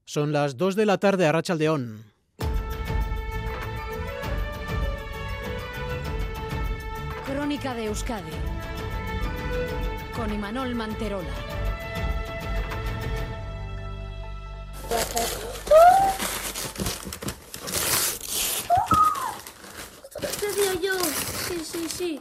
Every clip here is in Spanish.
Son las 2 de la tarde, Arratsaldeón. Crónica de Euskadi con Imanol Manterola. ¿Qué decía yo? Sí.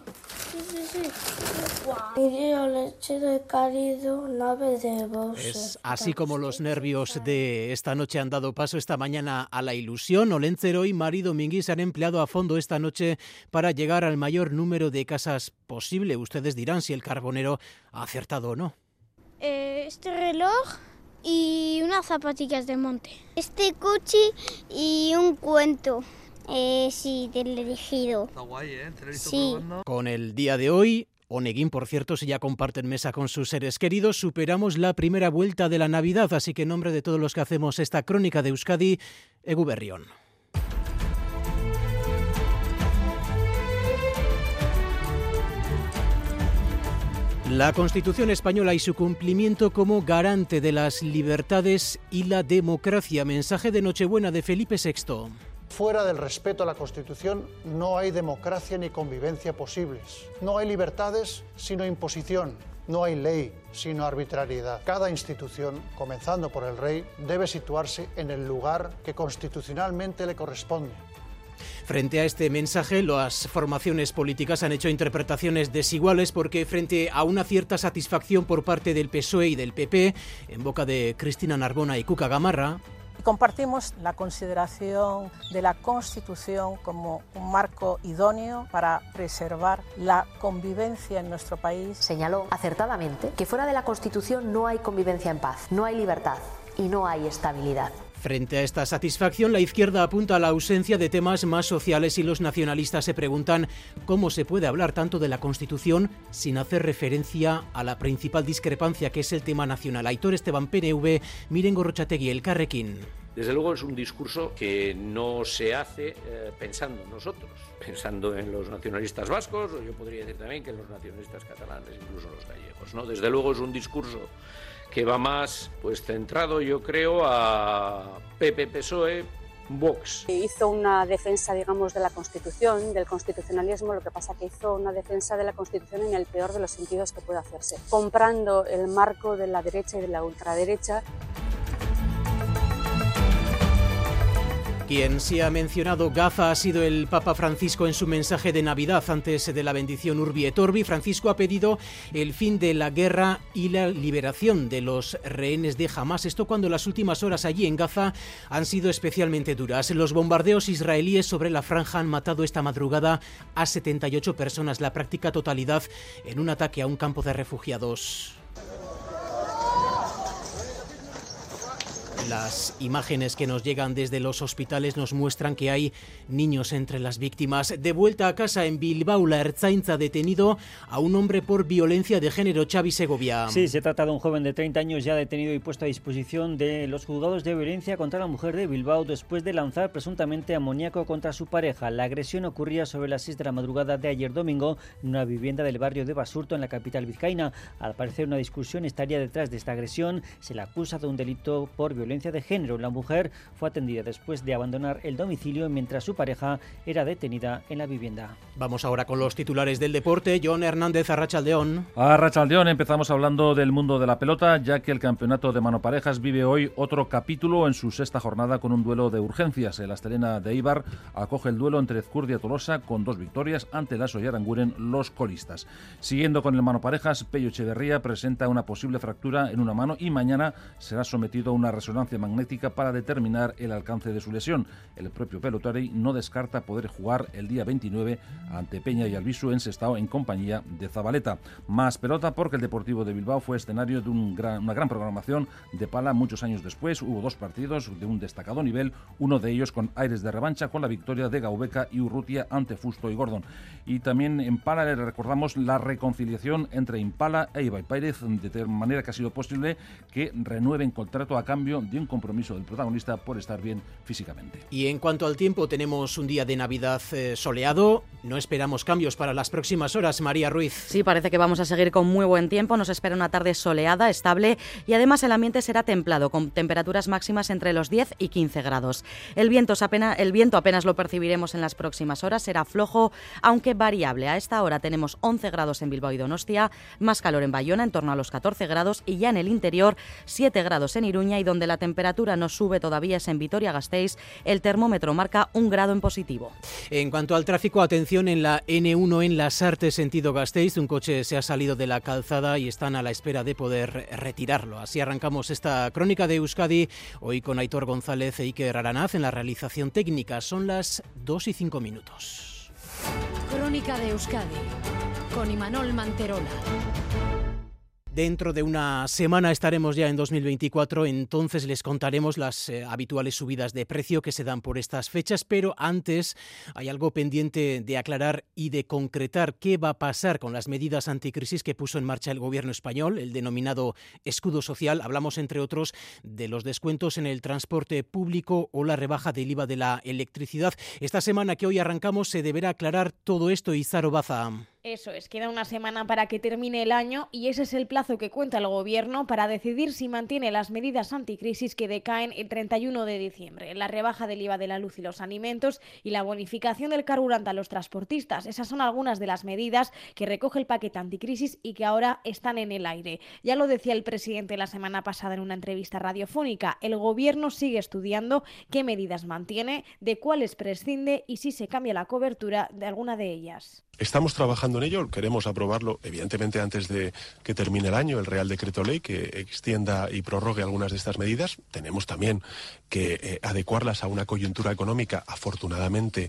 Iría leche de carido, nave de vos. Es así como los nervios de esta noche han dado paso esta mañana a la ilusión. Olentzero y Mari Dominguis han empleado a fondo esta noche para llegar al mayor número de casas posible. Ustedes dirán si el carbonero ha acertado o no. Este reloj y unas zapatillas de monte. Este coche y un cuento. Sí, del elegido. Está guay, ¿eh? ¿Te lo he visto Sí. probando? Con el día de hoy, Oneguín, por cierto, si ya comparten mesa con sus seres queridos, superamos la primera vuelta de la Navidad, así que en nombre de todos los que hacemos esta crónica de Euskadi, Egu Berrión. La Constitución española y su cumplimiento como garante de las libertades y la democracia. Mensaje de Nochebuena de Felipe VI. Fuera del respeto a la Constitución no hay democracia ni convivencia posibles. No hay libertades sino imposición. No hay ley sino arbitrariedad. Cada institución, comenzando por el rey, debe situarse en el lugar que constitucionalmente le corresponde. Frente a este mensaje, las formaciones políticas han hecho interpretaciones desiguales porque frente a una cierta satisfacción por parte del PSOE y del PP, en boca de Cristina Narbona y Cuca Gamarra, compartimos la consideración de la Constitución como un marco idóneo para preservar la convivencia en nuestro país. Señaló acertadamente que fuera de la Constitución no hay convivencia en paz, no hay libertad y no hay estabilidad. Frente a esta satisfacción, la izquierda apunta a la ausencia de temas más sociales y los nacionalistas se preguntan cómo se puede hablar tanto de la Constitución sin hacer referencia a la principal discrepancia, que es el tema nacional. Aitor Esteban, PNV, Miren Gorrotxategi, Elkarrekin. Desde luego es un discurso que no se hace pensando en nosotros, pensando en los nacionalistas vascos, o yo podría decir también que en los nacionalistas catalanes, incluso los gallegos, ¿no? Desde luego es un discurso que va más centrado, yo creo, a PP, PSOE, Vox. Hizo una defensa, digamos, de la Constitución, del constitucionalismo, lo que pasa que hizo una defensa de la Constitución en el peor de los sentidos que puede hacerse, comprando el marco de la derecha y de la ultraderecha. Quien sí ha mencionado Gaza ha sido el Papa Francisco en su mensaje de Navidad antes de la bendición Urbi et Orbi. Francisco ha pedido el fin de la guerra y la liberación de los rehenes de Hamás. Esto cuando las últimas horas allí en Gaza han sido especialmente duras. Los bombardeos israelíes sobre la franja han matado esta madrugada a 78 personas, la práctica totalidad en un ataque a un campo de refugiados. Las imágenes que nos llegan desde los hospitales nos muestran que hay niños entre las víctimas. De vuelta a casa en Bilbao, la Ertzaintza ha detenido a un hombre por violencia de género. Xavi Segovia. Sí, se trata de un joven de 30 años ya detenido y puesto a disposición de los juzgados de violencia contra la mujer de Bilbao después de lanzar presuntamente amoníaco contra su pareja. La agresión ocurría sobre las 6 de la madrugada de ayer domingo en una vivienda del barrio de Basurto, en la capital vizcaína. Al parecer una discusión estaría detrás de esta agresión. Se le acusa de un delito por violencia de género. La mujer fue atendida después de abandonar el domicilio mientras su pareja era detenida en la vivienda. Vamos ahora con los titulares del deporte. Jon Hernández, Arratsaldeón. Arratsaldeón, empezamos hablando del mundo de la pelota, ya que el campeonato de mano parejas vive hoy otro capítulo en su sexta jornada con un duelo de urgencias. El Astelena de Eibar acoge el duelo entre Ezcurdia y Tolosa con 2 victorias ante la Sollaranguren, los colistas. Siguiendo con el mano parejas, Pello Echeverría presenta una posible fractura en una mano y mañana será sometido a una resonancia magnética para determinar el alcance de su lesión. El propio pelotari no descarta poder jugar el día 29 ante Peña y Albisu en Sestao en compañía de Zabaleta. Más pelota porque el Deportivo de Bilbao fue escenario de una gran programación de pala muchos años después. Hubo 2 partidos de un destacado nivel, uno de ellos con aires de revancha con la victoria de Gaubeca y Urrutia ante Fusto y Gordon. Y también en pala le recordamos la reconciliación entre Impala e Ibai Pérez, de manera que ha sido posible que renueven contrato a cambio de y un compromiso del protagonista por estar bien físicamente. Y en cuanto al tiempo, tenemos un día de Navidad soleado. No esperamos cambios para las próximas horas. María Ruiz. Sí, parece que vamos a seguir con muy buen tiempo. Nos espera una tarde soleada, estable y además el ambiente será templado, con temperaturas máximas entre los 10 y 15 grados. El viento apenas lo percibiremos en las próximas horas. Será flojo, aunque variable. A esta hora tenemos 11 grados en Bilbao y Donostia, más calor en Bayona, en torno a los 14 grados, y ya en el interior 7 grados en Iruña, y donde la temperatura no sube todavía es en Vitoria-Gasteiz. El termómetro marca 1 grado en positivo. En cuanto al tráfico, atención en la N1 en Lasarte, sentido Gasteiz. Un coche se ha salido de la calzada y están a la espera de poder retirarlo. Así arrancamos esta crónica de Euskadi, hoy con Aitor González e Iker Aranaz en la realización técnica. Son las 2:05. Crónica de Euskadi con Imanol Manterola. Dentro de una semana estaremos ya en 2024, entonces les contaremos las habituales subidas de precio que se dan por estas fechas, pero antes hay algo pendiente de aclarar y de concretar. ¿Qué va a pasar con las medidas anticrisis que puso en marcha el gobierno español, el denominado escudo social? Hablamos, entre otros, de los descuentos en el transporte público o la rebaja del IVA de la electricidad. Esta semana que hoy arrancamos se deberá aclarar todo esto. Izaro Baza. Eso es, queda una semana para que termine el año y ese es el plazo que cuenta el Gobierno para decidir si mantiene las medidas anticrisis que decaen el 31 de diciembre, la rebaja del IVA de la luz y los alimentos y la bonificación del carburante a los transportistas. Esas son algunas de las medidas que recoge el paquete anticrisis y que ahora están en el aire. Ya lo decía el presidente la semana pasada en una entrevista radiofónica, el Gobierno sigue estudiando qué medidas mantiene, de cuáles prescinde y si se cambia la cobertura de alguna de ellas. Estamos trabajando en ello, queremos aprobarlo evidentemente antes de que termine el año, el Real Decreto Ley que extienda y prorrogue algunas de estas medidas. Tenemos también que adecuarlas a una coyuntura económica afortunadamente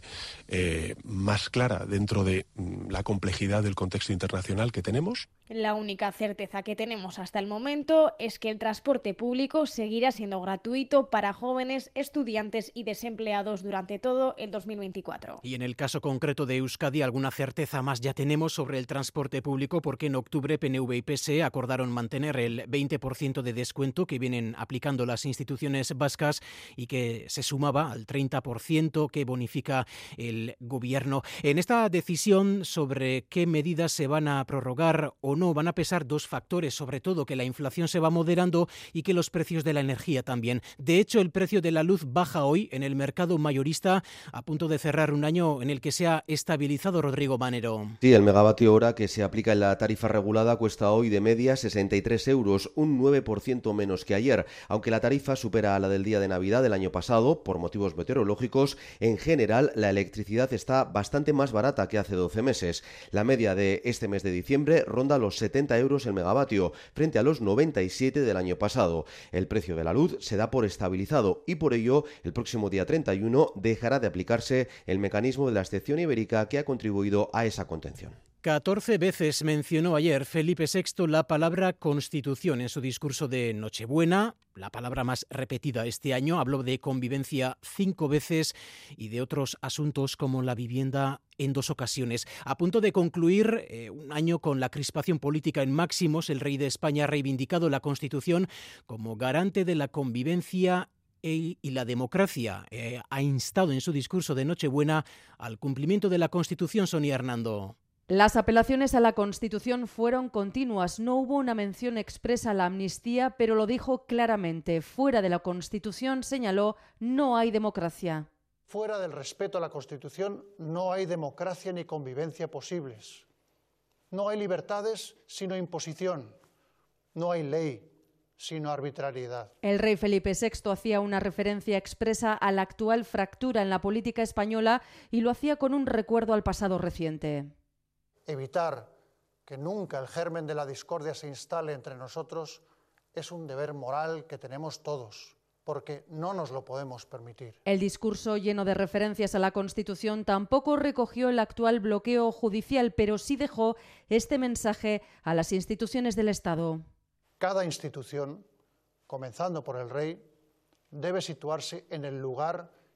más clara dentro de la complejidad del contexto internacional que tenemos. La única certeza que tenemos hasta el momento es que el transporte público seguirá siendo gratuito para jóvenes, estudiantes y desempleados durante todo el 2024. Y en el caso concreto de Euskadi, alguna certeza más ya tenemos sobre el transporte público, porque en octubre PNV y PSE acordaron mantener el 20% de descuento que vienen aplicando las instituciones vascas y que se sumaba al 30% que bonifica el gobierno. En esta decisión sobre qué medidas se van a prorrogar o no van a pesar dos factores, sobre todo que la inflación se va moderando y que los precios de la energía también. De hecho, el precio de la luz baja hoy en el mercado mayorista, a punto de cerrar un año en el que se ha estabilizado. Rodrigo Manero. Sí, el megavatio hora que se aplica en la tarifa regulada cuesta hoy de media 63 euros, un 9% menos que ayer. Aunque la tarifa supera a la del día de Navidad del año pasado, por motivos meteorológicos, en general la electricidad está bastante más barata que hace 12 meses. La media de este mes de diciembre ronda los 70 euros el megavatio, frente a los 97 del año pasado. El precio de la luz se da por estabilizado y por ello el próximo día 31 dejará de aplicarse el mecanismo de la excepción ibérica que ha contribuido a esa contención. 14 veces mencionó ayer Felipe VI la palabra Constitución en su discurso de Nochebuena, la palabra más repetida este año. Habló de convivencia 5 veces y de otros asuntos como la vivienda en 2 ocasiones. A punto de concluir un año con la crispación política en máximos, el rey de España ha reivindicado la Constitución como garante de la convivencia y la democracia. Ha instado en su discurso de Nochebuena al cumplimiento de la Constitución. Sonia Hernando. Las apelaciones a la Constitución fueron continuas. No hubo una mención expresa a la amnistía, pero lo dijo claramente. Fuera de la Constitución, señaló, no hay democracia. Fuera del respeto a la Constitución no hay democracia ni convivencia posibles. No hay libertades sino imposición. No hay ley sino arbitrariedad. El rey Felipe VI hacía una referencia expresa a la actual fractura en la política española y lo hacía con un recuerdo al pasado reciente. Evitar que nunca el germen de la discordia se instale entre nosotros es un deber moral que tenemos todos, porque no nos lo podemos permitir. El discurso, lleno de referencias a la Constitución, tampoco recogió el actual bloqueo judicial, pero sí dejó este mensaje a las instituciones del Estado. Cada institución, comenzando por el rey, debe situarse en el lugar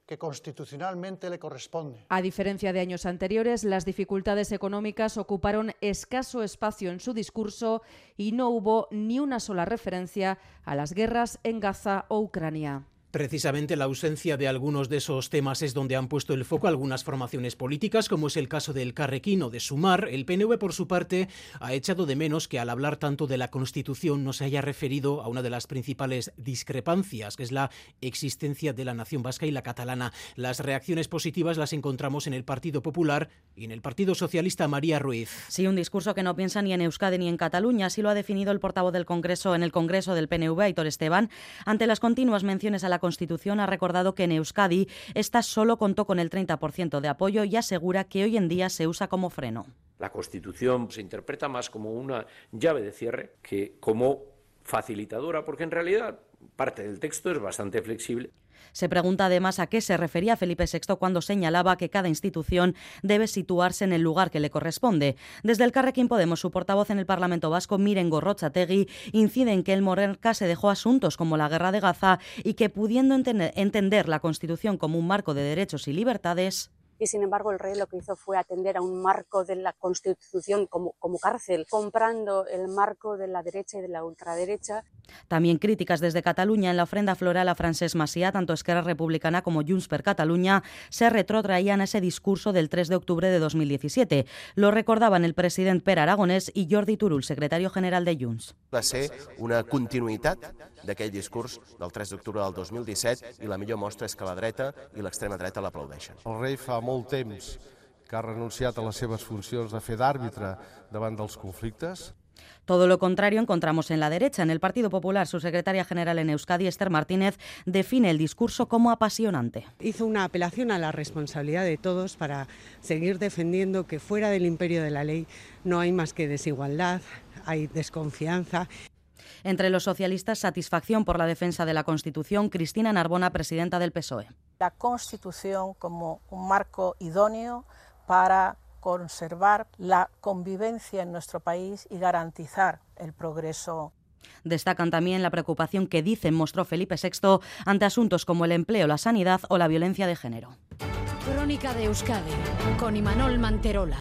que constitucionalmente le corresponde. A diferencia de años anteriores, las dificultades económicas ocuparon escaso espacio en su discurso y no hubo ni una sola referencia a las guerras en Gaza o Ucrania. Precisamente la ausencia de algunos de esos temas es donde han puesto el foco algunas formaciones políticas, como es el caso del Carrequín o de Sumar. El PNV, por su parte, ha echado de menos que al hablar tanto de la Constitución no se haya referido a una de las principales discrepancias, que es la existencia de la nación vasca y la catalana. Las reacciones positivas las encontramos en el Partido Popular y en el Partido Socialista. María Ruiz. Sí, un discurso que no piensa ni en Euskadi ni en Cataluña, así lo ha definido el portavoz del Congreso en el Congreso del PNV, Aitor Esteban. Ante las continuas menciones a la Constitución, ha recordado que en Euskadi esta solo contó con el 30% de apoyo y asegura que hoy en día se usa como freno. La Constitución se interpreta más como una llave de cierre que como facilitadora, porque en realidad parte del texto es bastante flexible. Se pregunta además a qué se refería Felipe VI cuando señalaba que cada institución debe situarse en el lugar que le corresponde. Desde el Carrequín Podemos, su portavoz en el Parlamento Vasco, Miren Gorrotxategi, incide en que el monarca se dejó asuntos como la guerra de Gaza y que, pudiendo entender la Constitución como un marco de derechos y libertades, y sin embargo el rey lo que hizo fue atender a un marco de la Constitución como cárcel, comprando el marco de la derecha y de la ultraderecha. También críticas desde Cataluña. En la ofrenda floral a Francesc Macià, tanto Esquerra Republicana como Junts per Catalunya se retrotraían a ese discurso del 3 de octubre de 2017. Lo recordaban el president Pere Aragonès i Jordi Turull, secretario general de Junts. Va ser una continuïtat d'aquell discurs del 3 d'octubre del 2017 i la millor mostra és que la dreta i l'extrema dreta l'aplaudeixen. El rei fa molt temps que ha renunciat a les seves funcions de fer d'àrbitre davant dels conflictes. Todo lo contrario encontramos en la derecha. En el Partido Popular, su secretaria general en Euskadi, Esther Martínez, define el discurso como apasionante. Hizo una apelación a la responsabilidad de todos para seguir defendiendo que fuera del imperio de la ley no hay más que desigualdad, hay desconfianza. Entre los socialistas, satisfacción por la defensa de la Constitución. Cristina Narbona, presidenta del PSOE. La Constitución como un marco idóneo para conservar la convivencia en nuestro país y garantizar el progreso. Destacan también la preocupación que dicen mostró Felipe VI ante asuntos como el empleo, la sanidad o la violencia de género. Crónica de Euskadi con Imanol Manterola.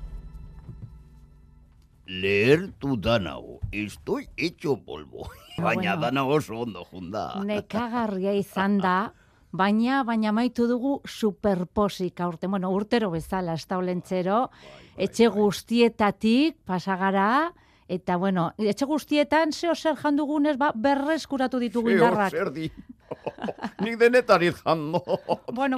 Leer tu danau, estoy hecho polvo. Baina danau oso ondo junda. Nekagarria izan da, baina maitu dugu superposik aurten. Bueno, urtero bezala, ez da olentzero, etxe guztietatik pasagara, eta bueno, etxe guztietan zeo zer jandugunez berreskuratu ditugu indarrak. Zeo zer di. Nik denetari jando. Bueno,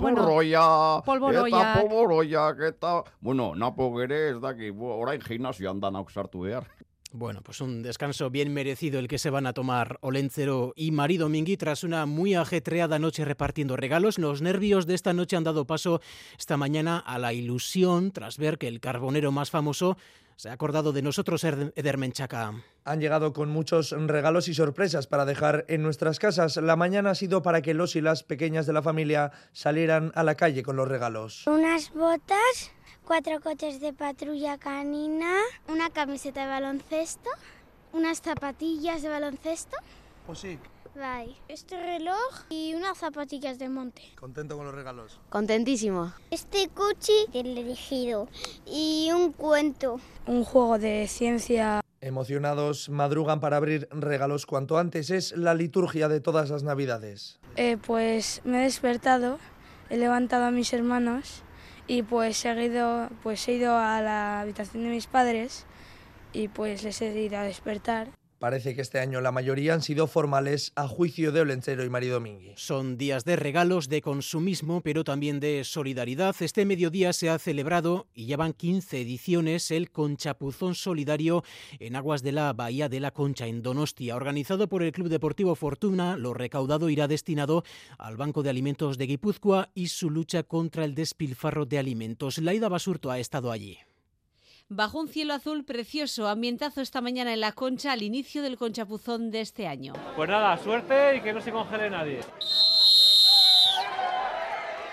polboroia, eta polboroiak, eta... Bueno, napo gere ez daki, orain gimnasioan danak sartu behar. Bueno, pues un descanso bien merecido el que se van a tomar Olentzero y Mari Domingui tras una muy ajetreada noche repartiendo regalos. Los nervios de esta noche han dado paso esta mañana a la ilusión tras ver que el carbonero más famoso se ha acordado de nosotros, Eder Menchaca. Han llegado con muchos regalos y sorpresas para dejar en nuestras casas. La mañana ha sido para que los y las pequeñas de la familia salieran a la calle con los regalos. Unas botas, 4 coches de patrulla canina, una camiseta de baloncesto, unas zapatillas de baloncesto. Pues sí. Bye. Este reloj y unas zapatillas de monte. ¿Contento con los regalos? Contentísimo. Este coche del elegido y un cuento. Un juego de ciencia. Emocionados, madrugan para abrir regalos cuanto antes. Es la liturgia de todas las Navidades. Pues me he despertado, he levantado a mis hermanos y pues he ido a la habitación de mis padres y pues les he ido a despertar. Parece que este año la mayoría han sido formales a juicio de Olentzero y Mari Domingui. Son días de regalos, de consumismo, pero también de solidaridad. Este mediodía se ha celebrado, y ya van 15 ediciones, el Conchapuzón Solidario en aguas de la Bahía de la Concha, en Donostia. Organizado por el Club Deportivo Fortuna, lo recaudado irá destinado al Banco de Alimentos de Guipúzcoa y su lucha contra el despilfarro de alimentos. Laida Basurto ha estado allí. Bajo un cielo azul precioso, ambientazo esta mañana en La Concha al inicio del Conchapuzón de este año. Pues nada, suerte y que no se congele nadie.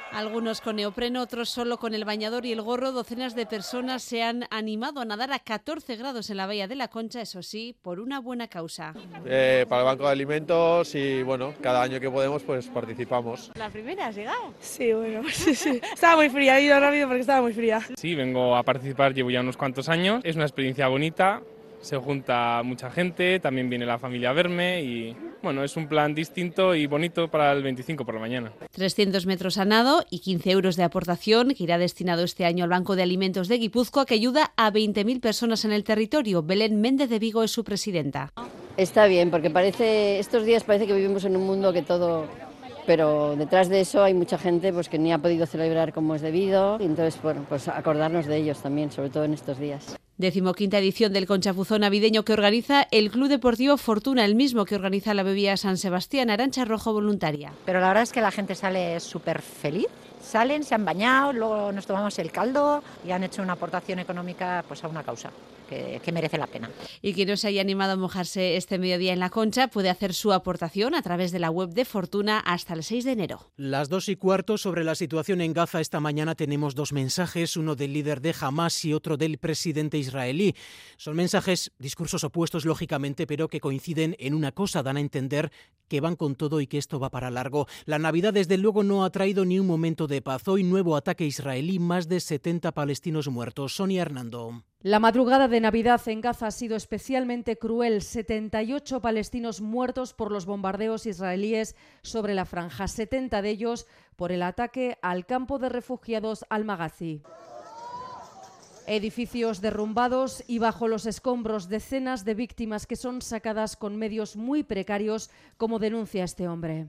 Algunos con neopreno, otros solo con el bañador y el gorro. Docenas de personas se han animado a nadar a 14 grados en la bahía de la Concha, eso sí, por una buena causa. Para el Banco de Alimentos y bueno, cada año que podemos pues participamos. ¿La primera has llegado? Sí, bueno, sí. Estaba muy fría, he ido rápido porque estaba muy fría. Sí, vengo a participar, llevo ya unos cuantos años. Es una experiencia bonita, se junta mucha gente, también viene la familia a verme y bueno, es un plan distinto y bonito para el 25 por la mañana. 300 metros a nado y 15 euros de aportación que irá destinado este año al Banco de Alimentos de Guipúzcoa, que ayuda a 20.000 personas en el territorio. Belén Méndez de Vigo es su presidenta. Está bien, porque estos días parece que vivimos en un mundo que todo... Pero detrás de eso hay mucha gente pues, que ni ha podido celebrar como es debido. Y entonces, bueno, pues acordarnos de ellos también, sobre todo en estos días. 15ª edición del Conchapuzón navideño que organiza el Club Deportivo Fortuna, el mismo que organiza la Bebía San Sebastián. Arancha Rojo, voluntaria. Pero la verdad es que la gente sale súper feliz. Salen, se han bañado, luego nos tomamos el caldo y han hecho una aportación económica pues, a una causa que merece la pena. Y quien no se haya animado a mojarse este mediodía en la Concha puede hacer su aportación a través de la web de Fortuna hasta el 6 de enero. Las 2:15 sobre la situación en Gaza. Esta mañana tenemos dos mensajes, uno del líder de Hamas y otro del presidente israelí. Son mensajes, discursos opuestos lógicamente, pero que coinciden en una cosa, dan a entender que van con todo y que esto va para largo. La Navidad desde luego no ha traído ni un momento de paz. Hoy nuevo ataque israelí, más de 70 palestinos muertos. Sonia Hernando. La madrugada de Navidad en Gaza ha sido especialmente cruel. 78 palestinos muertos por los bombardeos israelíes sobre la franja, 70 de ellos por el ataque al campo de refugiados Al-Maghazi. Edificios derrumbados y bajo los escombros decenas de víctimas que son sacadas con medios muy precarios, como denuncia este hombre.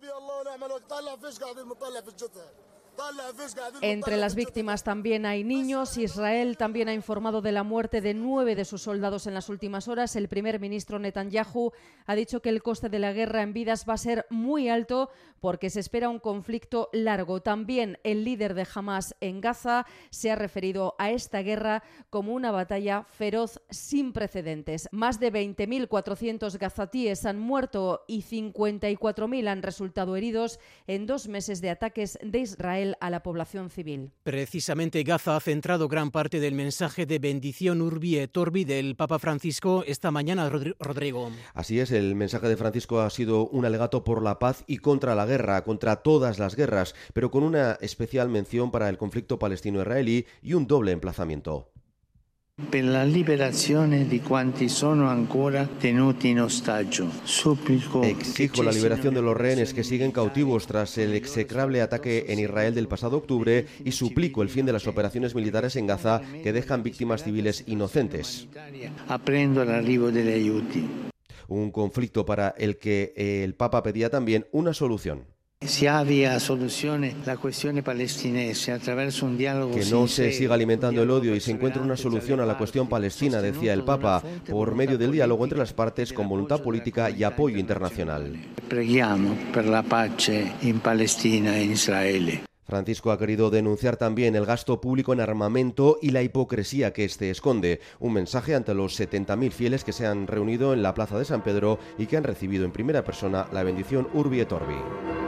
Entre las víctimas también hay niños. Israel también ha informado de la muerte de 9 de sus soldados en las últimas horas. El primer ministro Netanyahu ha dicho que el coste de la guerra en vidas va a ser muy alto porque se espera un conflicto largo. También el líder de Hamas en Gaza se ha referido a esta guerra como una batalla feroz sin precedentes. Más de 20.400 gazatíes han muerto y 54.000 han resultado heridos en 2 meses de ataques de Israel a la población civil. Precisamente Gaza ha centrado gran parte del mensaje de bendición Urbi et Orbi del Papa Francisco esta mañana, Rodrigo. Así es, el mensaje de Francisco ha sido un alegato por la paz y contra la guerra, contra todas las guerras, pero con una especial mención para el conflicto palestino-israelí y un doble emplazamiento. Per la liberazione di quanti sono ancora tenuti in ostaggio. Exijo la liberación de los rehenes que siguen cautivos tras el execrable ataque en Israel del pasado octubre y suplico el fin de las operaciones militares en Gaza que dejan víctimas civiles inocentes. Aprendo l'arrivo degli aiuti. Un conflicto para el que el Papa pedía también una solución. Si había soluciones la cuestión palestinese a través de un diálogo que no se siga alimentando el odio y se encuentre una solución a la cuestión palestina, decía el Papa, por medio del diálogo entre las partes con voluntad política y apoyo internacional. Preghiamo per la pace in Palestina e in Israele. Francisco ha querido denunciar también el gasto público en armamento y la hipocresía que este esconde. Un mensaje ante los 70.000 fieles que se han reunido en la Plaza de San Pedro y que han recibido en primera persona la bendición Urbi et Orbi.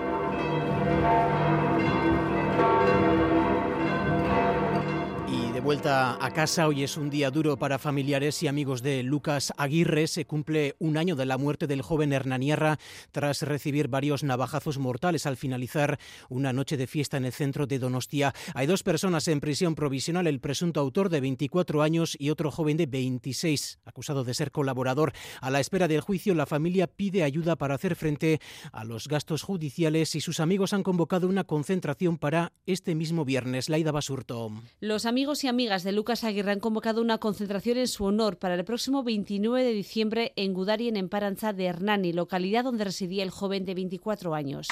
Vuelta a casa, hoy es un día duro para familiares y amigos de Lucas Aguirre. Se cumple un año de la muerte del joven hernaniarra tras recibir varios navajazos mortales al finalizar una noche de fiesta en el centro de Donostia. Hay 2 personas en prisión provisional, el presunto autor de 24 años y otro joven de 26, acusado de ser colaborador. A la espera del juicio, la familia pide ayuda para hacer frente a los gastos judiciales y sus amigos han convocado una concentración para este mismo viernes. Laida Basurto. Los amigos y amigas de Lucas Aguirre han convocado una concentración en su honor para el próximo 29 de diciembre en Gudarien, en Paranza de Hernani, localidad donde residía el joven de 24 años.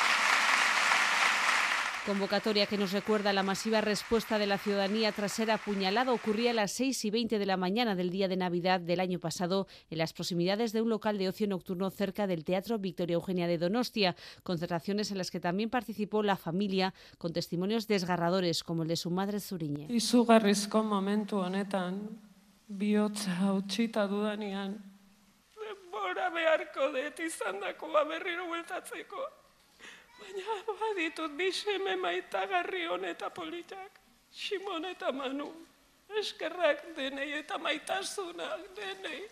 Convocatoria que nos recuerda la masiva respuesta de la ciudadanía tras ser apuñalado. Ocurría a las 6:20 de la mañana del día de Navidad del año pasado en las proximidades de un local de ocio nocturno cerca del Teatro Victoria Eugenia de Donostia. Concentraciones en las que también participó la familia con testimonios desgarradores como el de su madre Zuriñe. Izugarrizko momentu honetan, bihotza hautsita dudanean, denbora beharko dut izandakoa berriro bueltatzeko. Baina baditut bi seme maitagarri honeta politak, Simon eta Manu. Eskerrak denei eta maitasunak denei.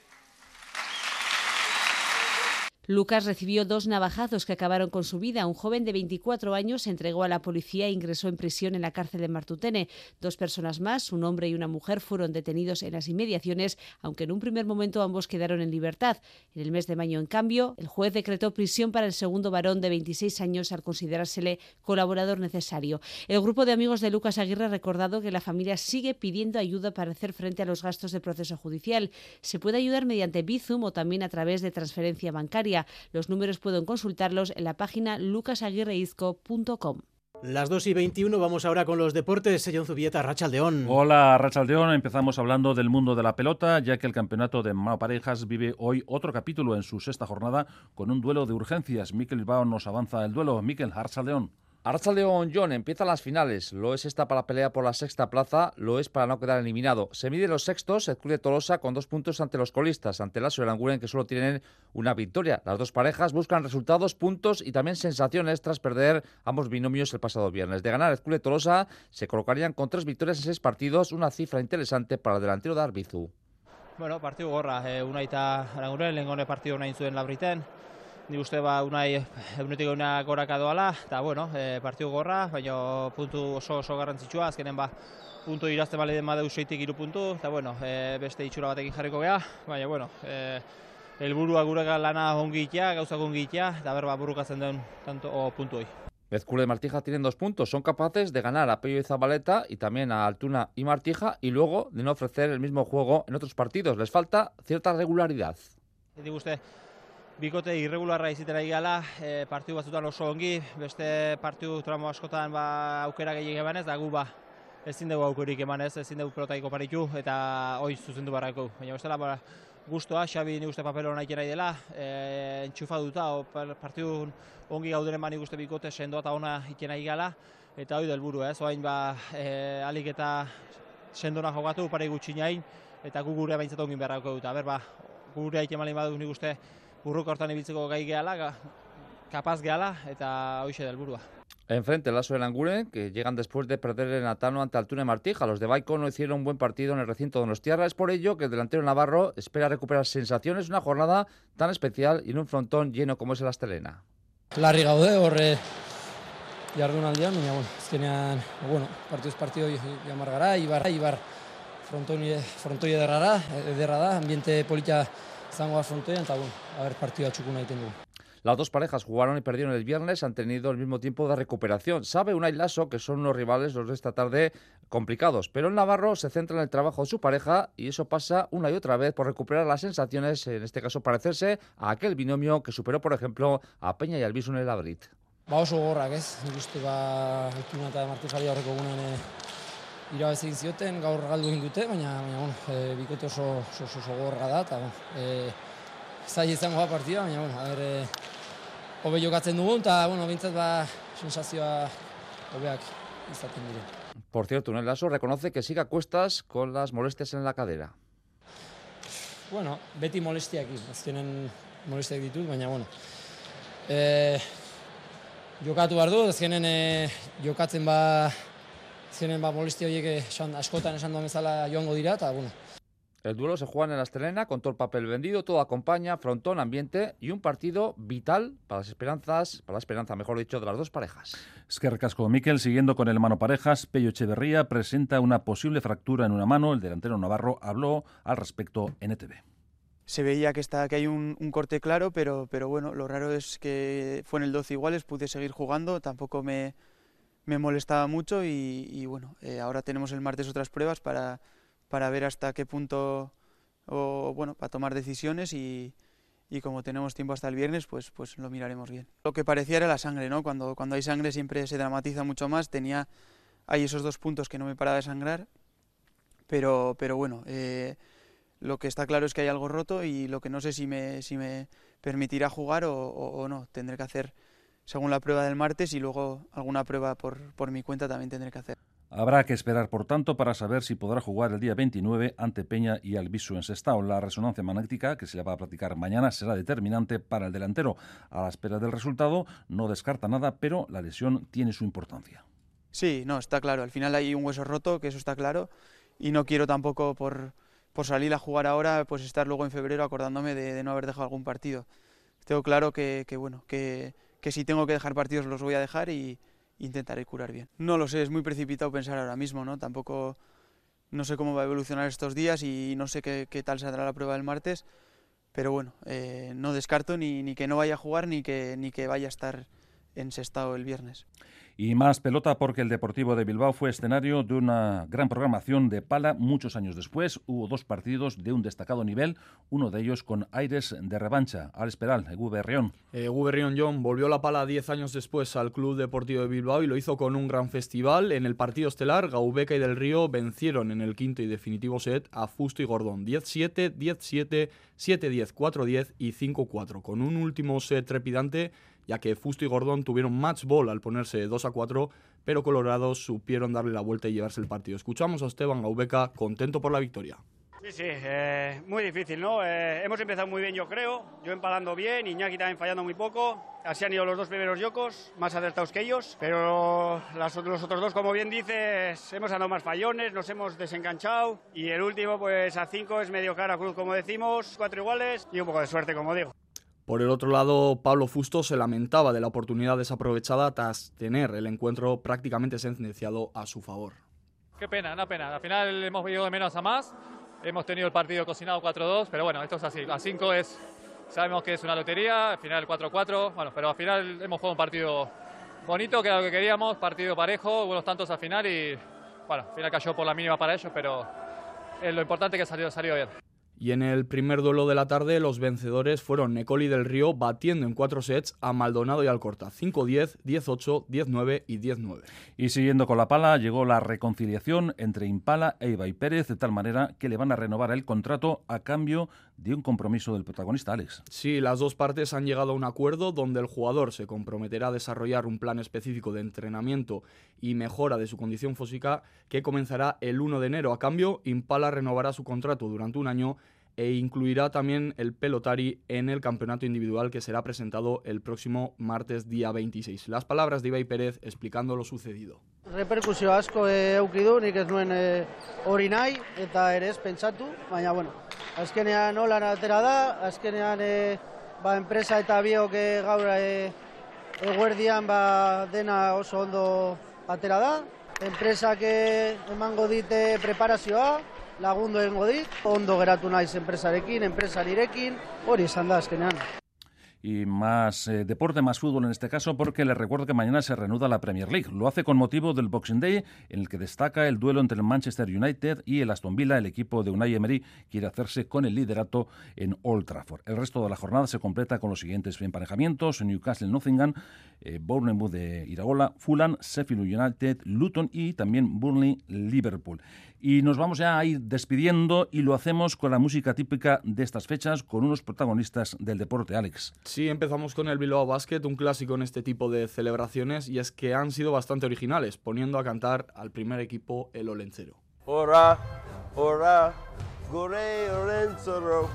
Lucas recibió 2 navajazos que acabaron con su vida. Un joven de 24 años se entregó a la policía e ingresó en prisión en la cárcel de Martutene. 2 personas más, un hombre y una mujer, fueron detenidos en las inmediaciones, aunque en un primer momento ambos quedaron en libertad. En el mes de mayo, en cambio, el juez decretó prisión para el segundo varón de 26 años al considerársele colaborador necesario. El grupo de amigos de Lucas Aguirre ha recordado que la familia sigue pidiendo ayuda para hacer frente a los gastos del proceso judicial. Se puede ayudar mediante Bizum o también a través de transferencia bancaria. Los números pueden consultarlos en la página lucasaguirreizco.com. Las 2:21, vamos ahora con los deportes. Jon Zubieta, Arratsaldeón. Hola, Arratsaldeón. Empezamos hablando del mundo de la pelota, ya que el campeonato de mano parejas vive hoy otro capítulo en su 6ª jornada con un duelo de urgencias. Mikel Bilbao nos avanza el duelo. Mikel, Arratsaldeón. Arratsaldeón, Jon, empiezan las finales. Lo es esta para la pelea por la 6ª plaza, lo es para no quedar eliminado. Se miden los sextos, el Club de Tolosa con 2 puntos ante los colistas, ante el Lasso y el Anguren, que solo tienen una victoria. Las 2 parejas buscan resultados, puntos y también sensaciones tras perder ambos binomios el pasado viernes. De ganar el Club de Tolosa, se colocarían con 3 victorias en 6 partidos, una cifra interesante para el delantero de Arbizu. Bueno, partidu gorra, Unai eta Aranguren, lehengone partidu nahi zuen Labriten. Ni uste Unai eunetik euna goraka doala, eta bueno, partidu gorra, baina puntu oso garrantzitsua, azkenen puntu irazte bale den badeu 6tik 3 puntu, eta bueno, beste itxura batekin jarriko geha, baina bueno, helburua gure lana ongi itea, gauzak ongi itea, eta berba burrukatzen den puntu hoi. Ezcurre de Martija tienen 2 puntos, son capaces de ganar a Pello y Zabaleta y también a Altuna y Martija y luego de no ofrecer el mismo juego en otros partidos. Les falta cierta regularidad. Nik uste, bikote irregularra izitera igala, partidu batzutan oso ongi, beste partidu tramo askotan aukera gehiago emanez, da gu ezin dugu aukerik emanez, ezin dugu pelotaiko paritu eta hoi zuzendu barrako. Baina bestela guztua, Xabi nik uste papelo nahi nahi dela, entxufaduta, partidu ongi gauderen nik uste bikote sendoa eta ona ikena igala, eta hoi delburu, oain alik eta sendona jokatu, pare gutxi nahin, eta gu gure baintzat ongin beharrako dut. Berba, gure haike malin badu nik uste burruka hortan ibiltzeko gai gehala, kapaz gehala, eta hoixe da helburua. Enfrente el Lasso del Anguren, que llegan después de perder el Natano ante Altuna y Martija. Los de Baico no hicieron un buen partido en el recinto donostiarra. Es por ello que el delantero navarro espera recuperar sensaciones en una jornada tan especial y en un frontón lleno como es el Astelena. Larri gaude, horre jardunaldian, baina azkenean, partido jamar gara, Ibar frontoi ederra da, ambiente polita zangoa frontoian, eta partidua txukuna egiten dugu. Las 2 parejas jugaron y perdieron el viernes, han tenido el mismo tiempo de recuperación. Sabe Unai Lasso que son unos rivales los de esta tarde complicados, pero el navarro se centra en el trabajo de su pareja y eso pasa una y otra vez por recuperar las sensaciones, en este caso parecerse a aquel binomio que superó, por ejemplo, a Peña y Albizu en el Labrit. Oso gorrak, ez? Nik uste Altuna eta Martijari aurreko gunean irabaz egin zioten, gaur galdu egin dute, baina bikote oso gorra da, eta zaila izango partida, baina hobe jokatzen dugun, eta bintzat sensazioa hobeak izaten dire. Por cierto, Unai Lasso reconoce que sigue a cuestas con las molestias en la cadera. Beti molestiak, azkenen molestiak ditut, baina jokatu behar du, azkenen jokatzen molestia horiek askotan esan duen bezala joango dira, eta El duelo se juega en el Astelena con todo el papel vendido, todo acompaña, frontón, ambiente y un partido vital para la esperanza, mejor dicho, de las 2 parejas. Eskerrik asko, Mikel. Siguiendo con el mano parejas, Pello Echeverría presenta una posible fractura en una mano. El delantero navarro habló al respecto en ETV. Se veía que hay un corte claro, pero bueno, lo raro es que fue en el 12 iguales, pude seguir jugando, tampoco me molestaba mucho y bueno, ahora tenemos el martes otras pruebas para ver hasta qué punto, para tomar decisiones y como tenemos tiempo hasta el viernes, pues lo miraremos bien. Lo que parecía era la sangre, ¿no? Cuando hay sangre siempre se dramatiza mucho más, hay esos 2 puntos que no me paraba de sangrar, pero bueno, lo que está claro es que hay algo roto y lo que no sé si me permitirá jugar o no, tendré que hacer según la prueba del martes y luego alguna prueba por mi cuenta también tendré que hacer. Habrá que esperar, por tanto, para saber si podrá jugar el día 29 ante Peña y Albisu en Sestao. La resonancia magnética, que se le va a practicar mañana, será determinante para el delantero. A la espera del resultado, no descarta nada, pero la lesión tiene su importancia. Sí, no, está claro. Al final hay un hueso roto, que eso está claro, y no quiero tampoco por salir a jugar ahora, pues estar luego en febrero acordándome de no haber dejado algún partido. Tengo claro que si tengo que dejar partidos los voy a dejar y intentaré curar bien. No lo sé, es muy precipitado pensar ahora mismo, ¿no? Tampoco, no sé cómo va a evolucionar estos días y no sé qué tal saldrá la prueba del martes, pero bueno, no descarto ni que no vaya a jugar ni que vaya a estar en Sestao el viernes. Y más pelota porque el Deportivo de Bilbao fue escenario de una gran programación de pala muchos años después. Hubo 2 partidos de un destacado nivel, uno de ellos con aires de revancha. Alex Peral, Egu Berrión. Egu Berrión John volvió la pala 10 años después al Club Deportivo de Bilbao y lo hizo con un gran festival. En el partido estelar, Gaubeca y Del Río vencieron en el quinto y definitivo set a Fusto y Gordón. 10-7, 10-7, 7-10, 4-10 y 5-4. Con un último set trepidante, ya que Fusto y Gordón tuvieron match ball al ponerse 2-4, pero Colorados supieron darle la vuelta y llevarse el partido. Escuchamos a Esteban Gaubeca, contento por la victoria. Sí, muy difícil, ¿no? Hemos empezado muy bien, yo creo, yo empalando bien, Iñaki también fallando muy poco, así han ido los 2 primeros yocos, más acertados que ellos, pero los otros 2, como bien dices, hemos andado más fallones, nos hemos desenganchado, y el último, pues a 5 es medio cara cruz, como decimos, 4 iguales, y un poco de suerte, como digo. Por el otro lado, Pablo Fusto se lamentaba de la oportunidad desaprovechada tras tener el encuentro prácticamente sentenciado a su favor. Qué pena, una pena. Al final hemos ido de menos a más. Hemos tenido el partido cocinado 4-2, pero bueno, esto es así. A 5 sabemos que es una lotería, al final 4-4, bueno, pero al final hemos jugado un partido bonito, que era lo que queríamos, partido parejo, buenos tantos al final y bueno, al final cayó por la mínima para ellos, pero lo importante es que salió bien. Y en el primer duelo de la tarde, los vencedores fueron Necoli y Del Río, batiendo en 4 sets a Maldonado y Alcorta. 5-10, 10-8, 10-9 y 10-9. Y siguiendo con la pala, llegó la reconciliación entre Impala e Ibai Pérez, de tal manera que le van a renovar el contrato a cambio de un compromiso del protagonista, Alex. Sí, las 2 partes han llegado a un acuerdo donde el jugador se comprometerá a desarrollar un plan específico de entrenamiento y mejora de su condición física que comenzará el 1 de enero. A cambio, Impala renovará su contrato durante un año e incluirá también el pelotari en el campeonato individual que será presentado el próximo martes día 26. Las palabras de Ibai Pérez explicando lo sucedido. Reperkusio asko eduki du, nik ez nuen hori nahi eta ere ez pentsatu, baina bueno, azkenean holan atera da, azkenean enpresa eta biok gaur eguerdian dena oso ondo atera da, enpresak emango dite preparazioa, lagundu egingo dit, ondo geratu naiz enpresarekin, enpresarirekin, hori izan da azkenean. Y más deporte, más fútbol en este caso, porque les recuerdo que mañana se reanuda la Premier League. Lo hace con motivo del Boxing Day, en el que destaca el duelo entre el Manchester United y el Aston Villa. El equipo de Unai Emery quiere hacerse con el liderato en Old Trafford. El resto de la jornada se completa con los siguientes emparejamientos: Newcastle-Nottingham, Bournemouth de Iraola, Fulham, Sheffield United, Luton y también Burnley-Liverpool. Y nos vamos ya a ir despidiendo y lo hacemos con la música típica de estas fechas, con unos protagonistas del deporte, Alex. Sí, empezamos con el Bilbao Basket, un clásico en este tipo de celebraciones, y es que han sido bastante originales, poniendo a cantar al primer equipo el Olentzero. Hurra, hurra, gure Olentzero.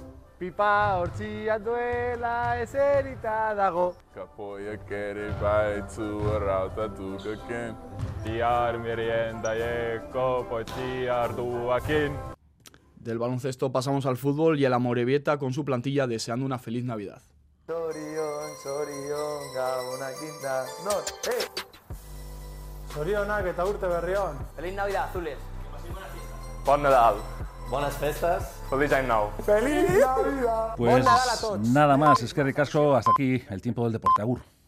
Pipa hortzia duela eserita dago. Kapoiak ere baitzu errautatukaken. Bihar meriendaieko potxia hartuakin. Del baloncesto pasamos al fútbol y el Amorebieta con su plantilla deseando una feliz Navidad. Sorion, sorion, gabonakin da, no, Sorionak eta urte berrion. Feliz Navidad, azules. Bon Nadal. Buenas festas. Feliz Año Nou. ¡Feliz Navidad! Pues nada más, es que ricasco, hasta aquí el tiempo del deporte. Agur.